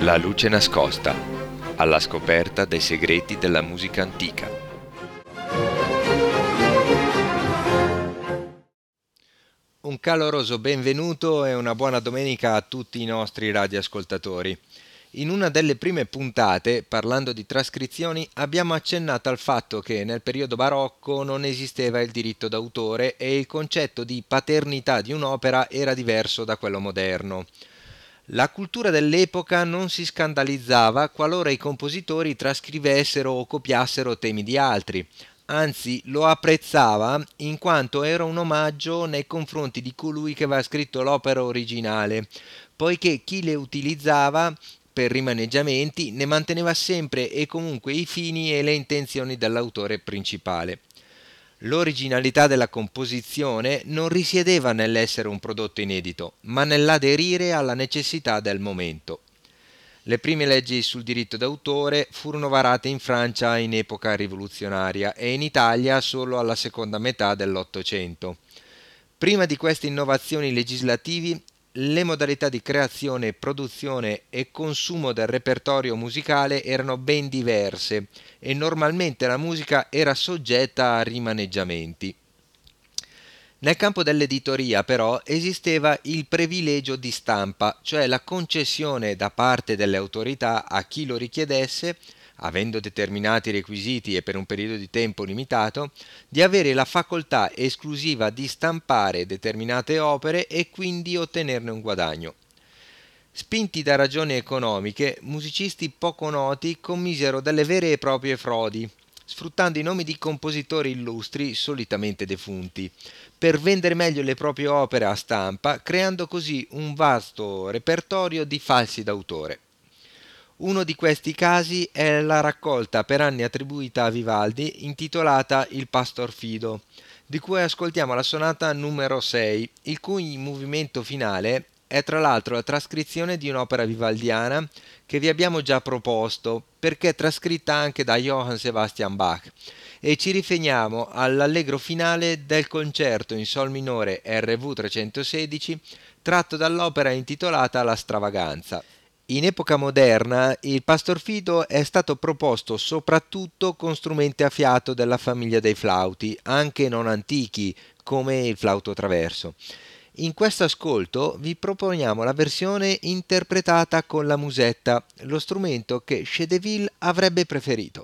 La luce nascosta, alla scoperta dei segreti della musica antica. Un caloroso benvenuto e una buona domenica a tutti i nostri radioascoltatori. In una delle prime puntate, parlando di trascrizioni, abbiamo accennato al fatto che nel periodo barocco non esisteva il diritto d'autore e il concetto di paternità di un'opera era diverso da quello moderno. La cultura dell'epoca non si scandalizzava qualora i compositori trascrivessero o copiassero temi di altri, anzi lo apprezzava in quanto era un omaggio nei confronti di colui che aveva scritto l'opera originale, poiché chi le utilizzava per rimaneggiamenti ne manteneva sempre e comunque i fini e le intenzioni dell'autore principale. L'originalità della composizione non risiedeva nell'essere un prodotto inedito, ma nell'aderire alla necessità del momento. Le prime leggi sul diritto d'autore furono varate in Francia in epoca rivoluzionaria e in Italia solo alla seconda metà dell'Ottocento. Prima di queste innovazioni legislativi, le modalità di creazione, produzione e consumo del repertorio musicale erano ben diverse e normalmente la musica era soggetta a rimaneggiamenti. Nel campo dell'editoria però esisteva il privilegio di stampa, cioè la concessione da parte delle autorità a chi lo richiedesse, avendo determinati requisiti e per un periodo di tempo limitato, di avere la facoltà esclusiva di stampare determinate opere e quindi ottenerne un guadagno. Spinti da ragioni economiche, musicisti poco noti commisero delle vere e proprie frodi, sfruttando i nomi di compositori illustri, solitamente defunti, per vendere meglio le proprie opere a stampa, creando così un vasto repertorio di falsi d'autore. Uno di questi casi è la raccolta per anni attribuita a Vivaldi intitolata Il Pastor Fido, di cui ascoltiamo la sonata numero 6, il cui movimento finale è tra l'altro la trascrizione di un'opera vivaldiana che vi abbiamo già proposto, perché è trascritta anche da Johann Sebastian Bach, e ci riferiamo all'allegro finale del concerto in sol minore RV 316 tratto dall'opera intitolata La Stravaganza. In epoca moderna il Pastor Fido è stato proposto soprattutto con strumenti a fiato della famiglia dei flauti, anche non antichi, come il flauto traverso. In questo ascolto vi proponiamo la versione interpretata con la musetta, lo strumento che Chedeville avrebbe preferito.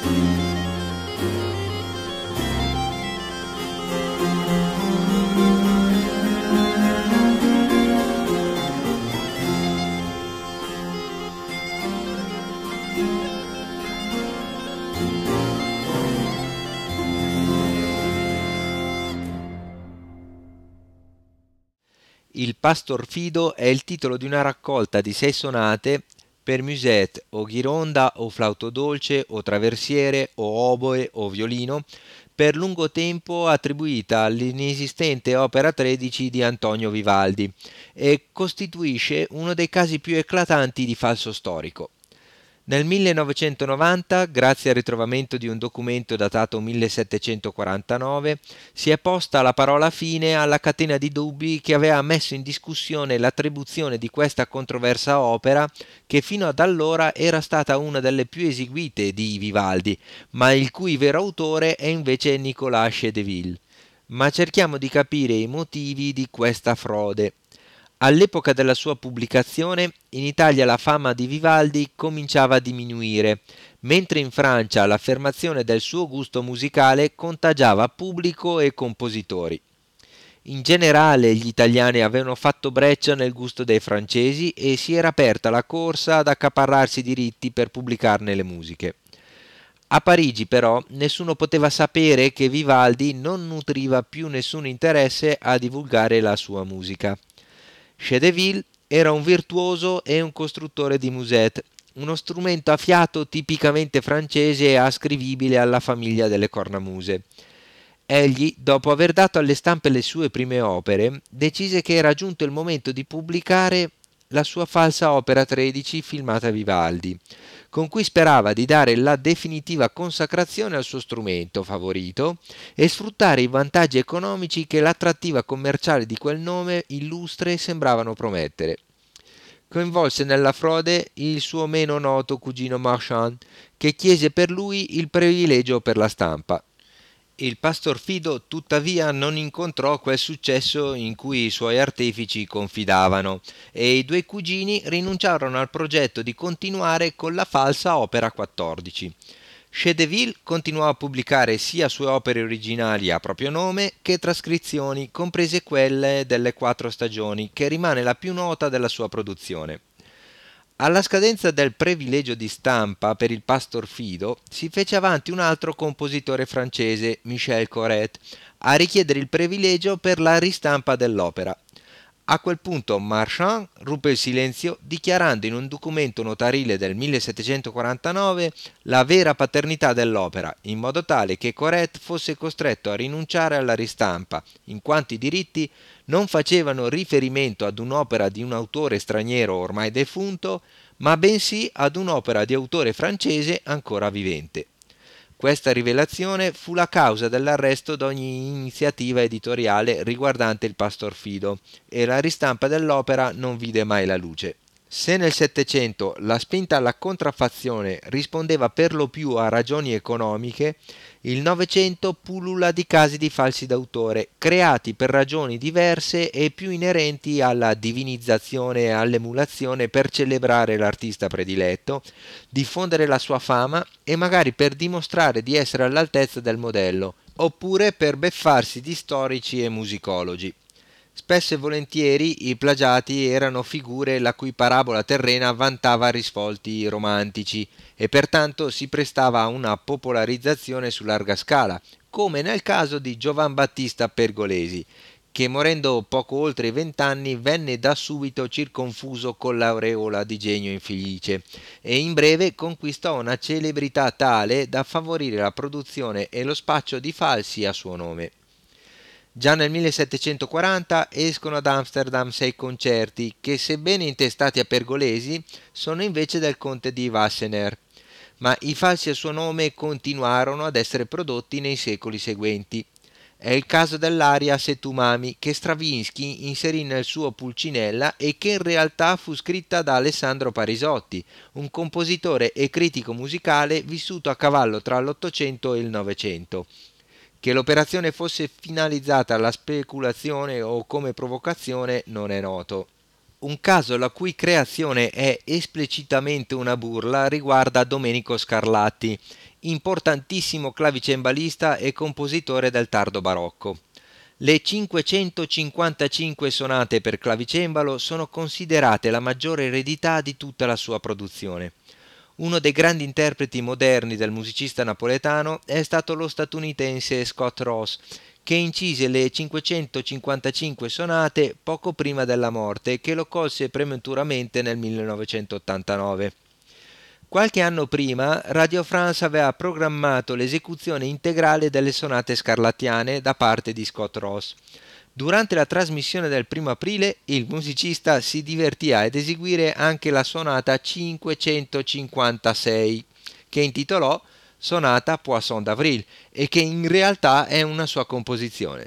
Il Pastor Fido è il titolo di una raccolta di 6 sonate per musette o ghironda o flauto dolce o traversiere o oboe o violino per lungo tempo attribuita all'inesistente opera 13 di Antonio Vivaldi e costituisce uno dei casi più eclatanti di falso storico. Nel 1990, grazie al ritrovamento di un documento datato 1749, si è posta la parola fine alla catena di dubbi che aveva messo in discussione l'attribuzione di questa controversa opera, che fino ad allora era stata una delle più eseguite di Vivaldi, ma il cui vero autore è invece Nicolas Chedeville. Ma cerchiamo di capire i motivi di questa frode. All'epoca della sua pubblicazione in Italia la fama di Vivaldi cominciava a diminuire, mentre in Francia l'affermazione del suo gusto musicale contagiava pubblico e compositori. In generale gli italiani avevano fatto breccia nel gusto dei francesi e si era aperta la corsa ad accaparrarsi i diritti per pubblicarne le musiche. A Parigi però nessuno poteva sapere che Vivaldi non nutriva più nessun interesse a divulgare la sua musica. Chedeville era un virtuoso e un costruttore di musette, uno strumento a fiato tipicamente francese e ascrivibile alla famiglia delle cornamuse. Egli, dopo aver dato alle stampe le sue prime opere, decise che era giunto il momento di pubblicare la sua falsa opera 13 filmata a Vivaldi, con cui sperava di dare la definitiva consacrazione al suo strumento favorito e sfruttare i vantaggi economici che l'attrattiva commerciale di quel nome illustre sembravano promettere. Coinvolse nella frode il suo meno noto cugino Marchand, che chiese per lui il privilegio per la stampa. Il Pastor Fido tuttavia non incontrò quel successo in cui i suoi artefici confidavano e i due cugini rinunciarono al progetto di continuare con la falsa opera 14. Chedeville continuò a pubblicare sia sue opere originali a proprio nome che trascrizioni, comprese quelle delle 4 stagioni, che rimane la più nota della sua produzione. Alla scadenza del privilegio di stampa per il Pastor Fido si fece avanti un altro compositore francese, Michel Corret, a richiedere il privilegio per la ristampa dell'opera. A quel punto Marchand ruppe il silenzio dichiarando in un documento notarile del 1749 la vera paternità dell'opera, in modo tale che Corret fosse costretto a rinunciare alla ristampa, in quanto i diritti non facevano riferimento ad un'opera di un autore straniero ormai defunto, ma bensì ad un'opera di autore francese ancora vivente. Questa rivelazione fu la causa dell'arresto di ogni iniziativa editoriale riguardante il Pastor Fido e la ristampa dell'opera non vide mai la luce. Se nel Settecento la spinta alla contraffazione rispondeva per lo più a ragioni economiche, il Novecento pullula di casi di falsi d'autore, creati per ragioni diverse e più inerenti alla divinizzazione e all'emulazione per celebrare l'artista prediletto, diffondere la sua fama e magari per dimostrare di essere all'altezza del modello, oppure per beffarsi di storici e musicologi. Spesso e volentieri i plagiati erano figure la cui parabola terrena vantava risvolti romantici e pertanto si prestava a una popolarizzazione su larga scala, come nel caso di Giovan Battista Pergolesi, che morendo poco oltre i 20 anni venne da subito circonfuso con l'aureola di genio infelice e in breve conquistò una celebrità tale da favorire la produzione e lo spaccio di falsi a suo nome. Già nel 1740 escono ad Amsterdam 6 concerti che, sebbene intestati a Pergolesi, sono invece del conte di Wassenaer, ma i falsi a suo nome continuarono ad essere prodotti nei secoli seguenti. È il caso dell'aria Se tu m'ami che Stravinsky inserì nel suo Pulcinella e che in realtà fu scritta da Alessandro Parisotti, un compositore e critico musicale vissuto a cavallo tra l'Ottocento e il Novecento. Che l'operazione fosse finalizzata alla speculazione o come provocazione non è noto. Un caso la cui creazione è esplicitamente una burla riguarda Domenico Scarlatti, importantissimo clavicembalista e compositore del tardo barocco. Le 555 sonate per clavicembalo sono considerate la maggiore eredità di tutta la sua produzione. Uno dei grandi interpreti moderni del musicista napoletano è stato lo statunitense Scott Ross, che incise le 555 sonate poco prima della morte e che lo colse prematuramente nel 1989. Qualche anno prima, Radio France aveva programmato l'esecuzione integrale delle sonate scarlattiane da parte di Scott Ross. Durante la trasmissione del 1 aprile, il musicista si divertì ad eseguire anche la sonata 556, che intitolò Sonata Poisson d'Avril e che in realtà è una sua composizione.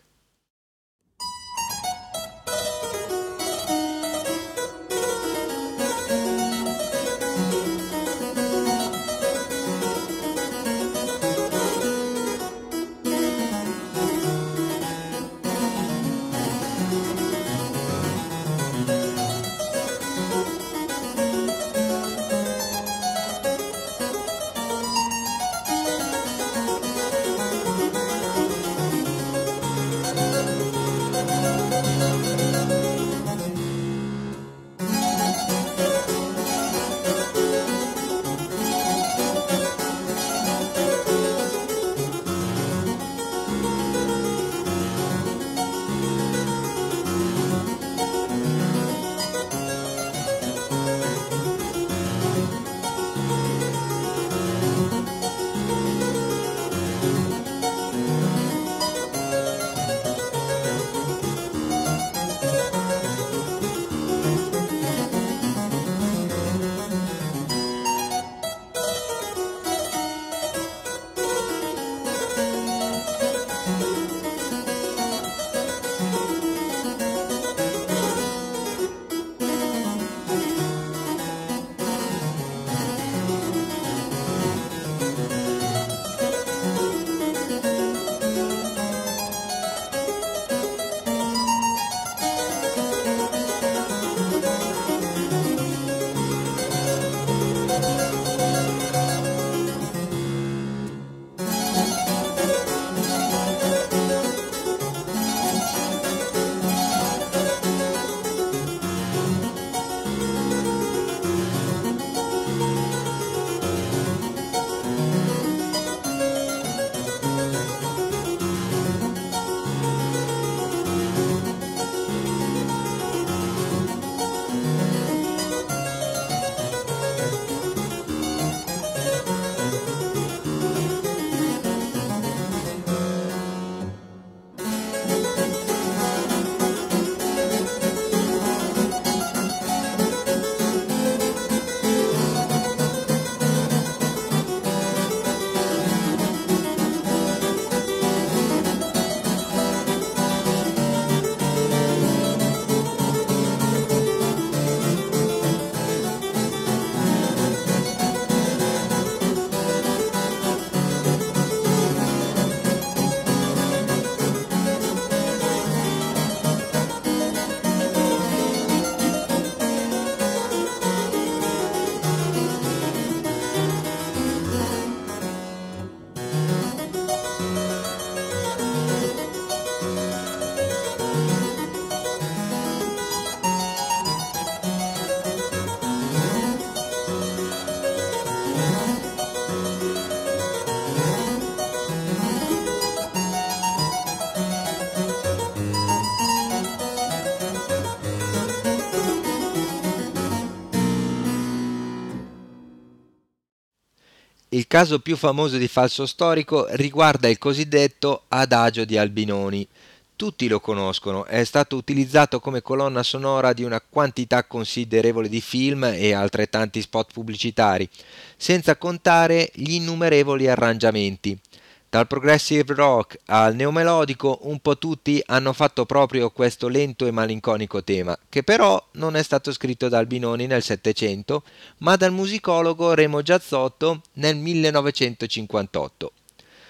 Il caso più famoso di falso storico riguarda il cosiddetto Adagio di Albinoni. Tutti lo conoscono, è stato utilizzato come colonna sonora di una quantità considerevole di film e altrettanti spot pubblicitari, senza contare gli innumerevoli arrangiamenti. Dal progressive rock al neomelodico, un po' tutti hanno fatto proprio questo lento e malinconico tema, che però non è stato scritto da Albinoni nel Settecento, ma dal musicologo Remo Giazzotto nel 1958.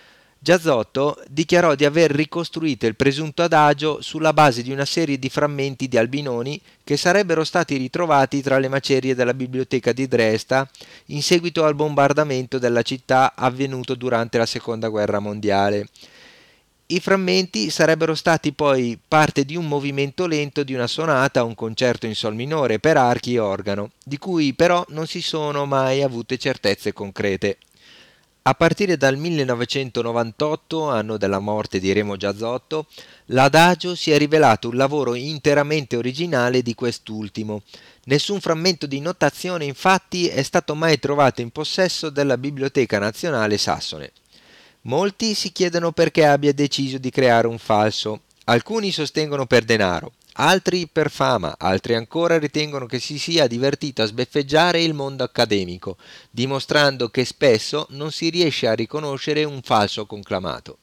Giazzotto dichiarò di aver ricostruito il presunto adagio sulla base di una serie di frammenti di Albinoni che sarebbero stati ritrovati tra le macerie della biblioteca di Dresda in seguito al bombardamento della città avvenuto durante la Seconda Guerra Mondiale. I frammenti sarebbero stati poi parte di un movimento lento di una sonata, un concerto in sol minore per archi e organo, di cui però non si sono mai avute certezze concrete. A partire dal 1998, anno della morte di Remo Giazzotto, l'Adagio si è rivelato un lavoro interamente originale di quest'ultimo. Nessun frammento di notazione infatti è stato mai trovato in possesso della Biblioteca Nazionale Sassone. Molti si chiedono perché abbia deciso di creare un falso. Alcuni sostengono per denaro, altri per fama, altri ancora ritengono che si sia divertito a sbeffeggiare il mondo accademico, dimostrando che spesso non si riesce a riconoscere un falso conclamato.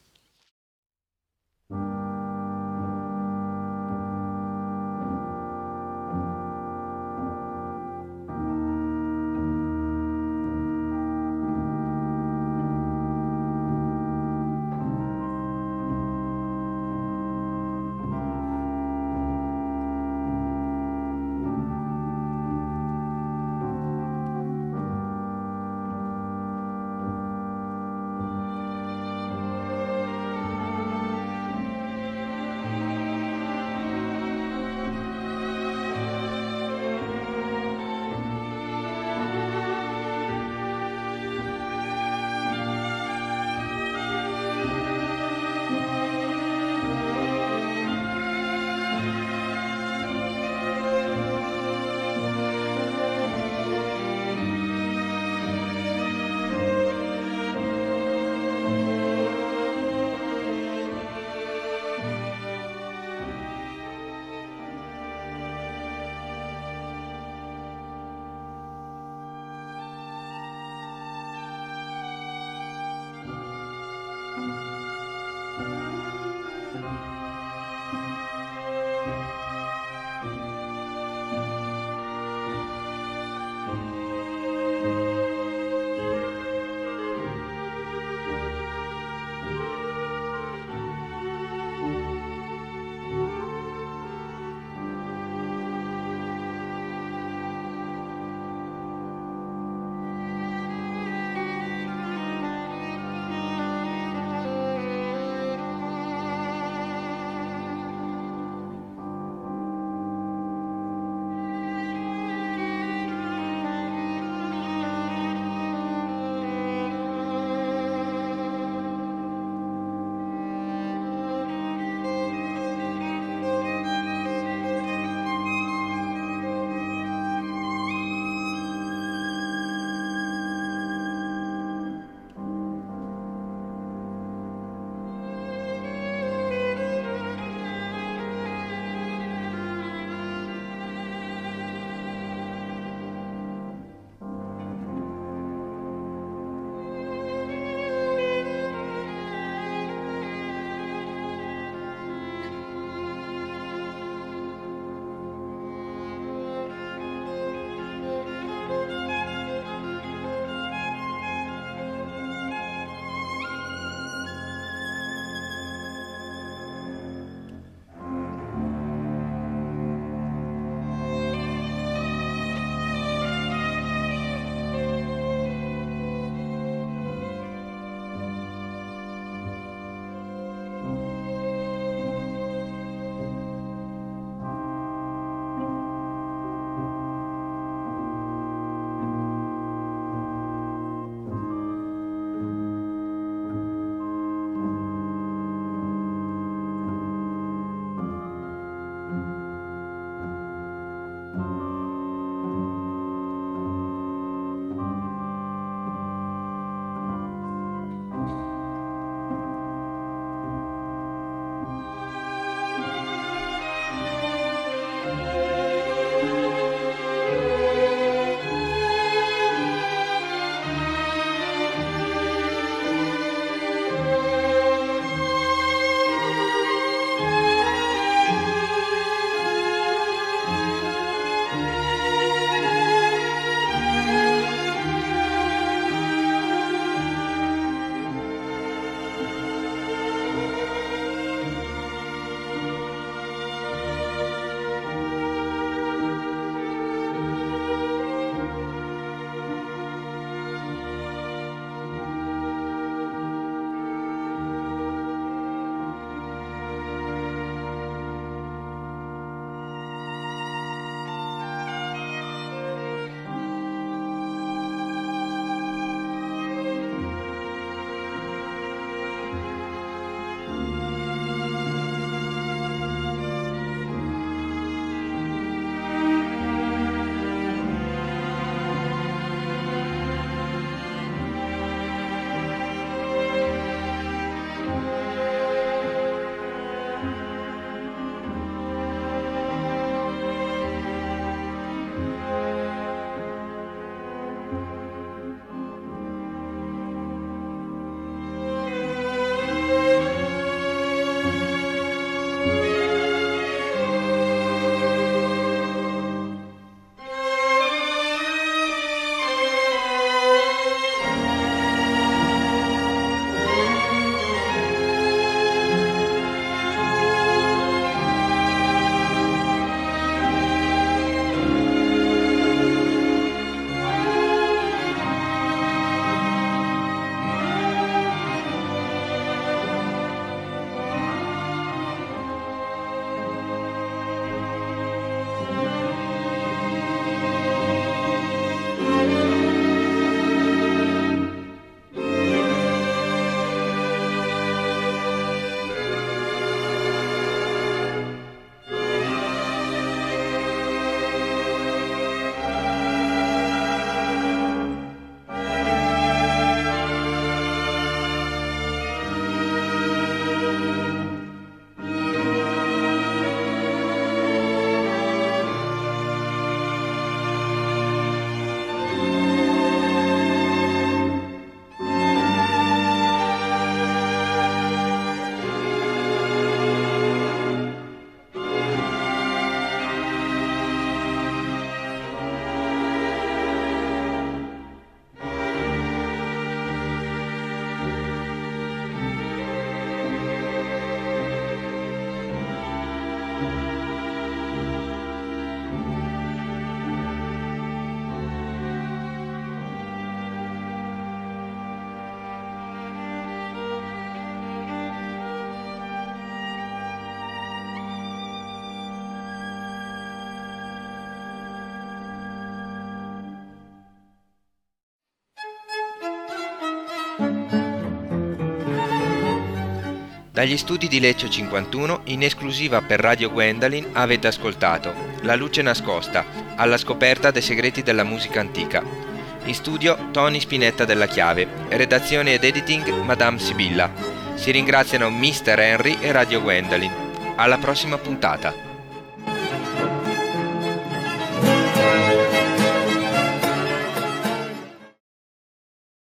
Dagli studi di Lecce 51, in esclusiva per Radio Gwendalin, avete ascoltato La luce nascosta, alla scoperta dei segreti della musica antica. In studio Tony Spinetta della Chiave, redazione ed editing Madame Sibilla. Si ringraziano Mr. Henry e Radio Gwendalin. Alla prossima puntata!